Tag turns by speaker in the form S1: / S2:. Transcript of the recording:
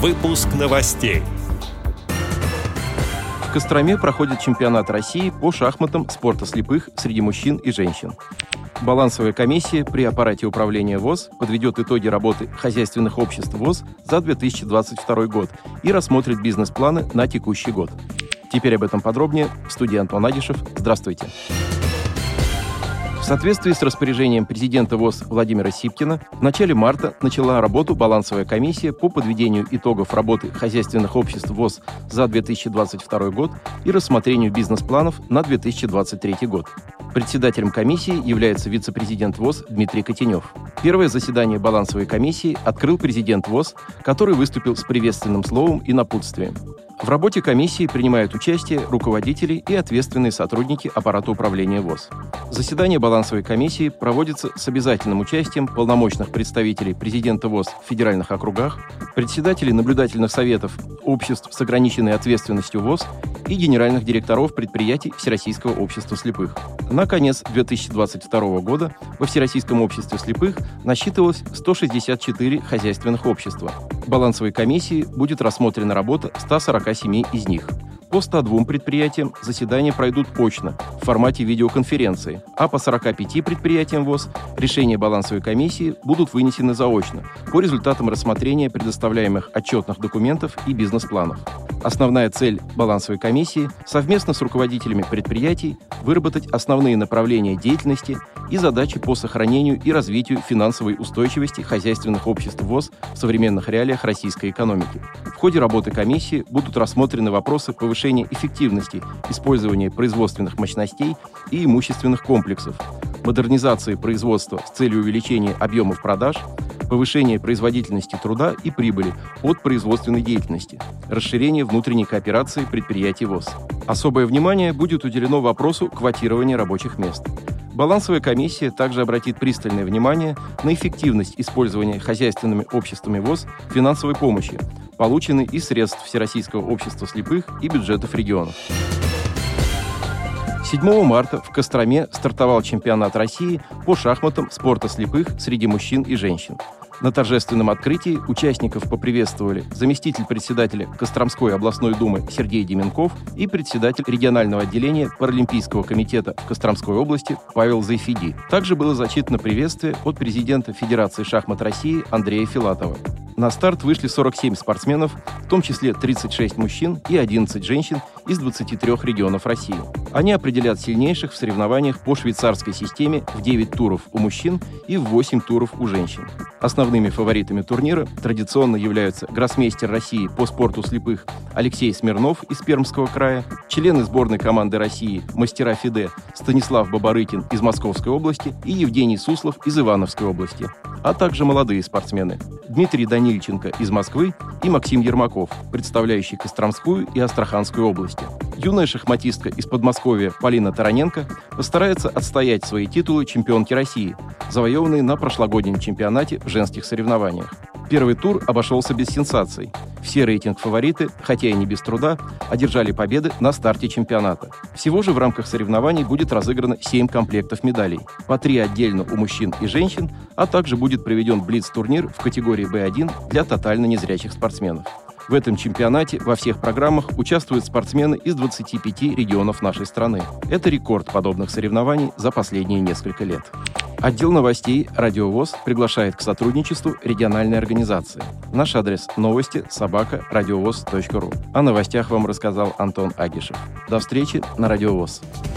S1: Выпуск новостей.
S2: В Костроме проходит чемпионат России по шахматам спорта слепых среди мужчин и женщин. Балансовая комиссия при аппарате управления ВОС подведет итоги работы хозяйственных обществ ВОС за 2022 год и рассмотрит бизнес-планы на текущий год. Теперь об этом подробнее. В студии Антон Агишев. Здравствуйте. В соответствии с распоряжением президента ВОС Владимира Сипкина в начале марта начала работу балансовая комиссия по подведению итогов работы хозяйственных обществ ВОС за 2022 год и рассмотрению бизнес-планов на 2023 год. Председателем комиссии является вице-президент ВОС Дмитрий Котенев. Первое заседание балансовой комиссии открыл президент ВОС, который выступил с приветственным словом и напутствием. В работе комиссии принимают участие руководители и ответственные сотрудники аппарата управления ВОС. Заседание балансовой комиссии проводится с обязательным участием полномочных представителей президента ВОС в федеральных округах, председателей наблюдательных советов обществ с ограниченной ответственностью ВОС и генеральных директоров предприятий Всероссийского общества слепых. На конец 2022 года во Всероссийском обществе слепых насчитывалось 164 хозяйственных общества. В балансовой комиссии будет рассмотрена работа 147 из них. По 102 предприятиям заседания пройдут очно в формате видеоконференции, а по 45 предприятиям ВОС решения балансовой комиссии будут вынесены заочно по результатам рассмотрения предоставляемых отчетных документов и бизнес-планов. Основная цель балансовой комиссии – совместно с руководителями предприятий выработать основные направления деятельности и задачи по сохранению и развитию финансовой устойчивости хозяйственных обществ ВОС в современных реалиях российской экономики. В ходе работы комиссии будут рассмотрены вопросы повышения эффективности использования производственных мощностей и имущественных комплексов, модернизации производства с целью увеличения объемов продаж, повышение производительности труда и прибыли от производственной деятельности, расширение внутренней кооперации предприятий ВОС. Особое внимание будет уделено вопросу квотирования рабочих мест. Балансовая комиссия также обратит пристальное внимание на эффективность использования хозяйственными обществами ВОС финансовой помощи, полученной из средств Всероссийского общества слепых и бюджетов регионов. 7 марта в Костроме стартовал чемпионат России по шахматам спорта слепых среди мужчин и женщин. На торжественном открытии участников поприветствовали заместитель председателя Костромской областной думы Сергей Деменков и председатель регионального отделения Паралимпийского комитета в Костромской области Павел Зайфиди. Также было зачитано приветствие от президента Федерации шахмат России Андрея Филатова. На старт вышли 47 спортсменов, в том числе 36 мужчин и 11 женщин из 23 регионов России. Они определят сильнейших в соревнованиях по швейцарской системе в 9 туров у мужчин и в 8 туров у женщин. Основными фаворитами турнира традиционно являются гроссмейстер России по спорту слепых Алексей Смирнов из Пермского края, члены сборной команды России мастера ФИДЕ Станислав Бабарыкин из Московской области и Евгений Суслов из Ивановской области, а также молодые спортсмены Дмитрий Данильченко из Москвы и Максим Ермаков, представляющий Костромскую и Астраханскую области. Юная шахматистка из Подмосковья Полина Тараненко постарается отстоять свои титулы чемпионки России, завоеванные на прошлогоднем чемпионате в женских соревнованиях. Первый тур обошелся без сенсаций. Все рейтинг-фавориты, хотя и не без труда, одержали победы на старте чемпионата. Всего же в рамках соревнований будет разыграно 7 комплектов медалей, по 3 отдельно у мужчин и женщин, а также будет проведен блиц-турнир в категории B1 для тотально незрячих спортсменов. В этом чемпионате во всех программах участвуют спортсмены из 25 регионов нашей страны. Это рекорд подобных соревнований за последние несколько лет. Отдел новостей «Радио ВОС» приглашает к сотрудничеству региональной организации. Наш адрес – новости@радиовос.ру. О новостях вам рассказал Антон Агишев. До встречи на Радио ВОС.